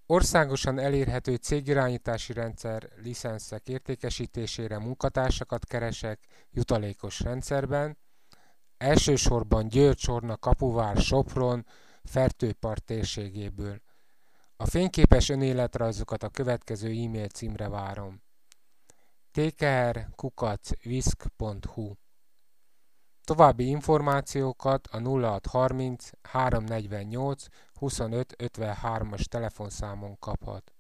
Országosan elérhető cégirányítási rendszer licenszek értékesítésére munkatársakat keresek jutalékos rendszerben, elsősorban Győr-Csorna-Kapuvár-Sopron Fertőpart térségéből. A fényképes önéletrajzokat a következő e-mail címre várom: tkr@visk.hu. További információkat a 0630 348 25 53-as telefonszámon kaphat.